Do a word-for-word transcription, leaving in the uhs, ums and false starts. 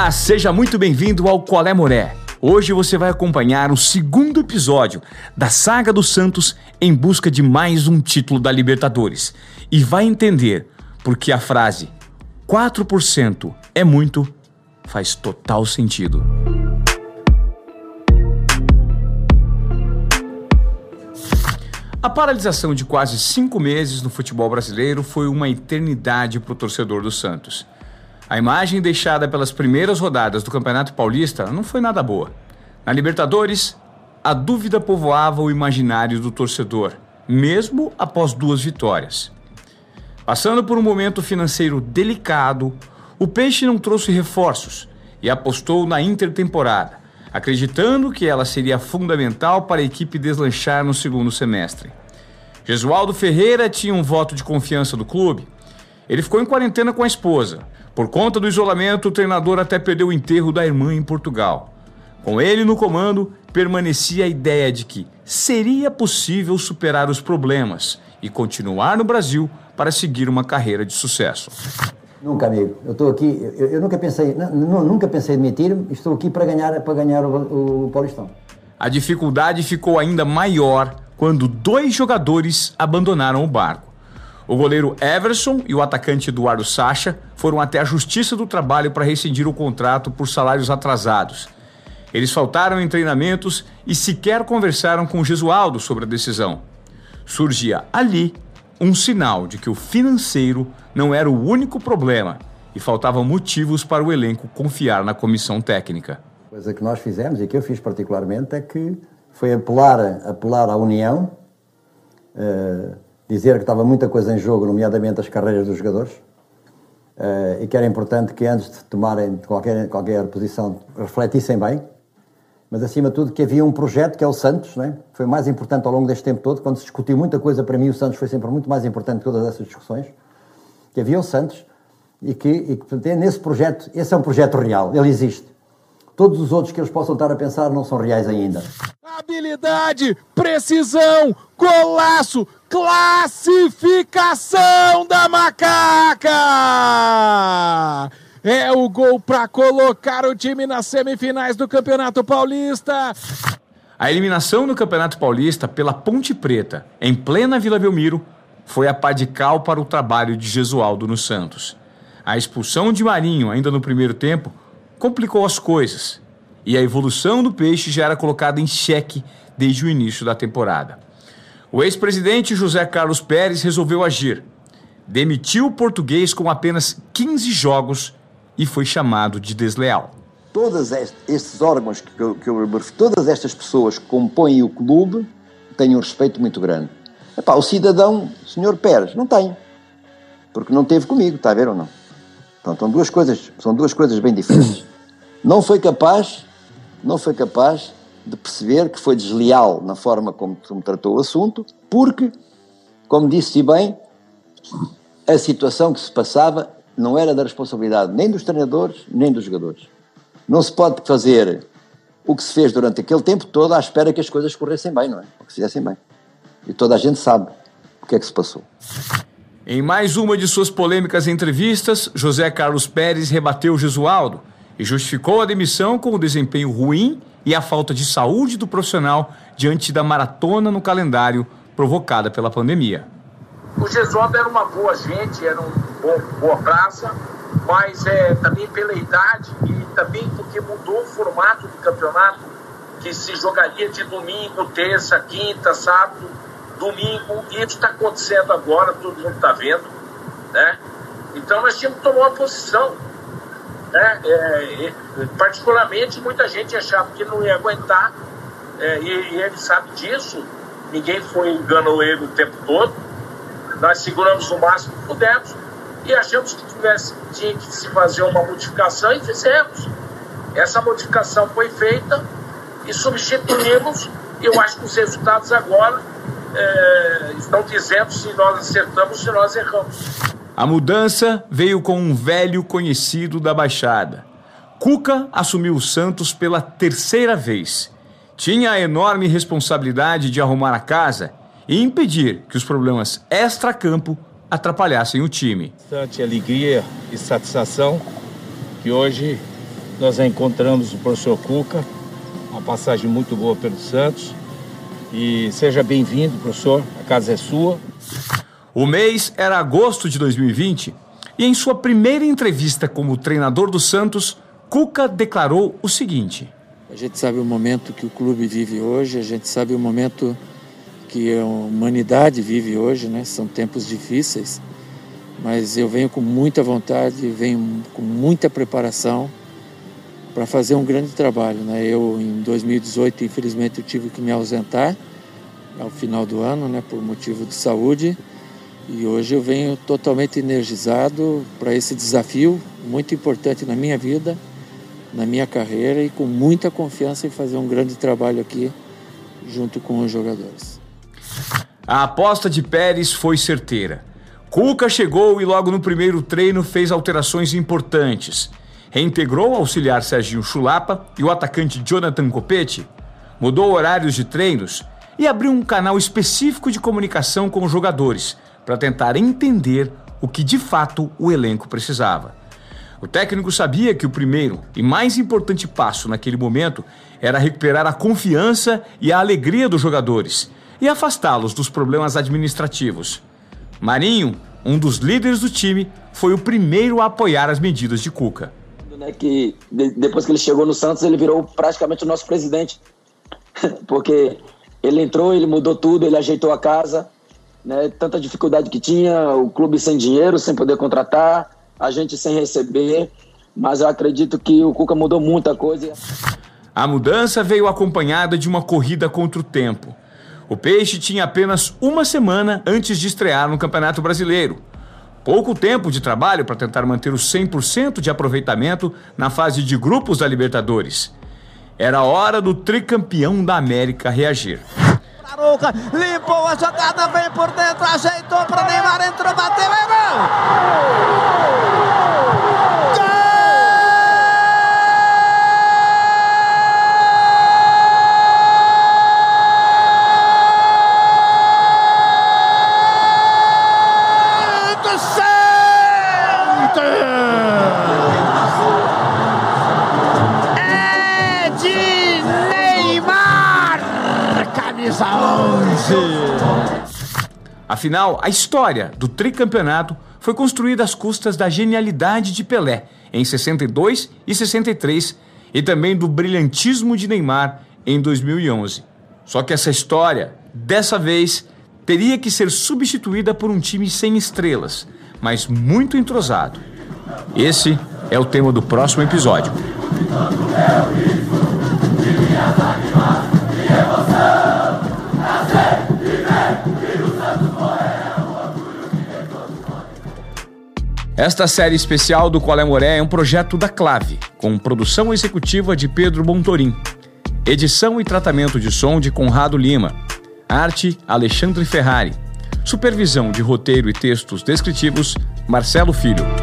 Olá, seja muito bem-vindo ao Qual é Moré. Hoje você vai acompanhar o segundo episódio da saga do Santos em busca de mais um título da Libertadores e vai entender por que a frase quatro por cento é muito faz total sentido. A paralisação de quase cinco meses no futebol brasileiro foi uma eternidade para o torcedor do Santos. A imagem deixada pelas primeiras rodadas do Campeonato Paulista não foi nada boa. Na Libertadores, a dúvida povoava o imaginário do torcedor, mesmo após duas vitórias. Passando por um momento financeiro delicado, o Peixe não trouxe reforços e apostou na intertemporada, acreditando que ela seria fundamental para a equipe deslanchar no segundo semestre. Jesualdo Ferreira tinha um voto de confiança do clube. Ele ficou em quarentena com a esposa. Por conta do isolamento, o treinador até perdeu o enterro da irmã em Portugal. Com ele no comando, permanecia a ideia de que seria possível superar os problemas e continuar no Brasil para seguir uma carreira de sucesso. Nunca, amigo. Eu estou aqui, eu, eu nunca pensei, não, nunca pensei em demitir-me, estou aqui para ganhar, para ganhar o, o Paulistão. A dificuldade ficou ainda maior quando dois jogadores abandonaram o barco. O goleiro Everson e o atacante Eduardo Sacha foram até a Justiça do Trabalho para rescindir o contrato por salários atrasados. Eles faltaram em treinamentos e sequer conversaram com o Jesualdo sobre a decisão. Surgia ali um sinal de que o financeiro não era o único problema e faltavam motivos para o elenco confiar na comissão técnica. A coisa que nós fizemos e que eu fiz particularmente é que foi apelar, apelar à união, uh, dizer que estava muita coisa em jogo, nomeadamente as carreiras dos jogadores, uh, e que era importante que antes de tomarem qualquer, qualquer posição refletissem bem, mas acima de tudo que havia um projeto que é o Santos, né? Foi mais importante ao longo deste tempo todo, quando se discutiu muita coisa, para mim o Santos foi sempre muito mais importante que todas essas discussões, que havia o Santos e que, e que nesse projeto, esse é um projeto real, ele existe. Todos os outros que eles possam estar a pensar não são reais ainda. Habilidade, precisão, golaço, classificação da Macaca! É o gol para colocar o time nas semifinais do Campeonato Paulista. A eliminação no Campeonato Paulista pela Ponte Preta, em plena Vila Belmiro, foi a pá de cal para o trabalho de Jesualdo no Santos. A expulsão de Marinho, ainda no primeiro tempo, complicou as coisas. E a evolução do Peixe já era colocada em xeque desde o início da temporada. O ex-presidente José Carlos Pérez resolveu agir. Demitiu o português com apenas quinze jogos e foi chamado de desleal. Todos estes órgãos que eu, que eu todas estas pessoas que compõem o clube têm um respeito muito grande. Epá, o cidadão, o senhor Pérez, não tem. Porque não esteve comigo, está a ver ou não? Então, são duas coisas, são duas coisas bem diferentes. Não foi capaz, não foi capaz de perceber que foi desleal na forma como, como tratou o assunto, porque, como disse bem, a situação que se passava não era da responsabilidade nem dos treinadores, nem dos jogadores. Não se pode fazer o que se fez durante aquele tempo todo à espera que as coisas corressem bem, não é? Ou que se fizessem bem. E toda a gente sabe o que é que se passou. Em mais uma de suas polêmicas entrevistas, José Carlos Pérez rebateu Jesualdo e justificou a demissão com o desempenho ruim e a falta de saúde do profissional diante da maratona no calendário provocada pela pandemia. O Jesualdo era uma boa gente, era uma bom, boa praça, mas é, também pela idade e também porque mudou o formato do campeonato, que se jogaria de domingo, terça, quinta, sábado, domingo, e isso está acontecendo agora, todo mundo está vendo, né? Então nós tínhamos que tomar uma posição, né? É, é, particularmente muita gente achava que não ia aguentar, é, e, e ele sabe disso, ninguém foi enganou ele o tempo todo. Nós seguramos o máximo que pudemos e achamos que tivesse, tinha que se fazer uma modificação e fizemos. Essa modificação foi feita e substituímos, e eu acho que os resultados agora é, estão dizendo se nós acertamos, se nós erramos. A mudança veio com um velho conhecido da Baixada. Cuca assumiu o Santos pela terceira vez. Tinha a enorme responsabilidade de arrumar a casa e impedir que os problemas extracampo atrapalhassem o time. Bastante alegria e satisfação que hoje nós encontramos o professor Cuca, uma passagem muito boa pelo Santos. E seja bem-vindo, professor, a casa é sua. O mês era agosto de dois mil e vinte e em sua primeira entrevista como treinador do Santos, Cuca declarou o seguinte: a gente sabe o momento que o clube vive hoje, a gente sabe o momento que a humanidade vive hoje, né? São tempos difíceis, mas eu venho com muita vontade, venho com muita preparação para fazer um grande trabalho, né? Eu, em dois mil e dezoito, infelizmente, eu tive que me ausentar ao final do ano, né? Por motivo de saúde. E hoje eu venho totalmente energizado para esse desafio muito importante na minha vida, na minha carreira, e com muita confiança em fazer um grande trabalho aqui junto com os jogadores. A aposta de Pérez foi certeira. Cuca chegou e logo no primeiro treino fez alterações importantes. Reintegrou o auxiliar Serginho Chulapa e o atacante Jonathan Copete, mudou horários de treinos e abriu um canal específico de comunicação com os jogadores para tentar entender o que de fato o elenco precisava. O técnico sabia que o primeiro e mais importante passo naquele momento era recuperar a confiança e a alegria dos jogadores e afastá-los dos problemas administrativos. Marinho, um dos líderes do time, foi o primeiro a apoiar as medidas de Cuca. Que depois que ele chegou no Santos, ele virou praticamente o nosso presidente, porque ele entrou, ele mudou tudo, ele ajeitou a casa, né? Tanta dificuldade que tinha, o clube sem dinheiro, sem poder contratar, a gente sem receber, mas eu acredito que o Cuca mudou muita coisa. A mudança veio acompanhada de uma corrida contra o tempo. O Peixe tinha apenas uma semana antes de estrear no Campeonato Brasileiro. Pouco tempo de trabalho para tentar manter o cem por cento de aproveitamento na fase de grupos da Libertadores. Era hora do tricampeão da América reagir. Arouca, limpou a jogada, vem por dentro, ajeitou para Neymar, entrou, bateu, é gol! Afinal, a história do tricampeonato foi construída às custas da genialidade de Pelé em sessenta e dois e sessenta e três e também do brilhantismo de Neymar em dois mil e onze. Só que essa história, dessa vez, teria que ser substituída por um time sem estrelas, mas muito entrosado. Esse é o tema do próximo episódio. Esta série especial do Qual é Moré é um projeto da Clave, com produção executiva de Pedro Montorim, edição e tratamento de som de Conrado Lima, arte Alexandre Ferrari, supervisão de roteiro e textos descritivos Marcelo Filho.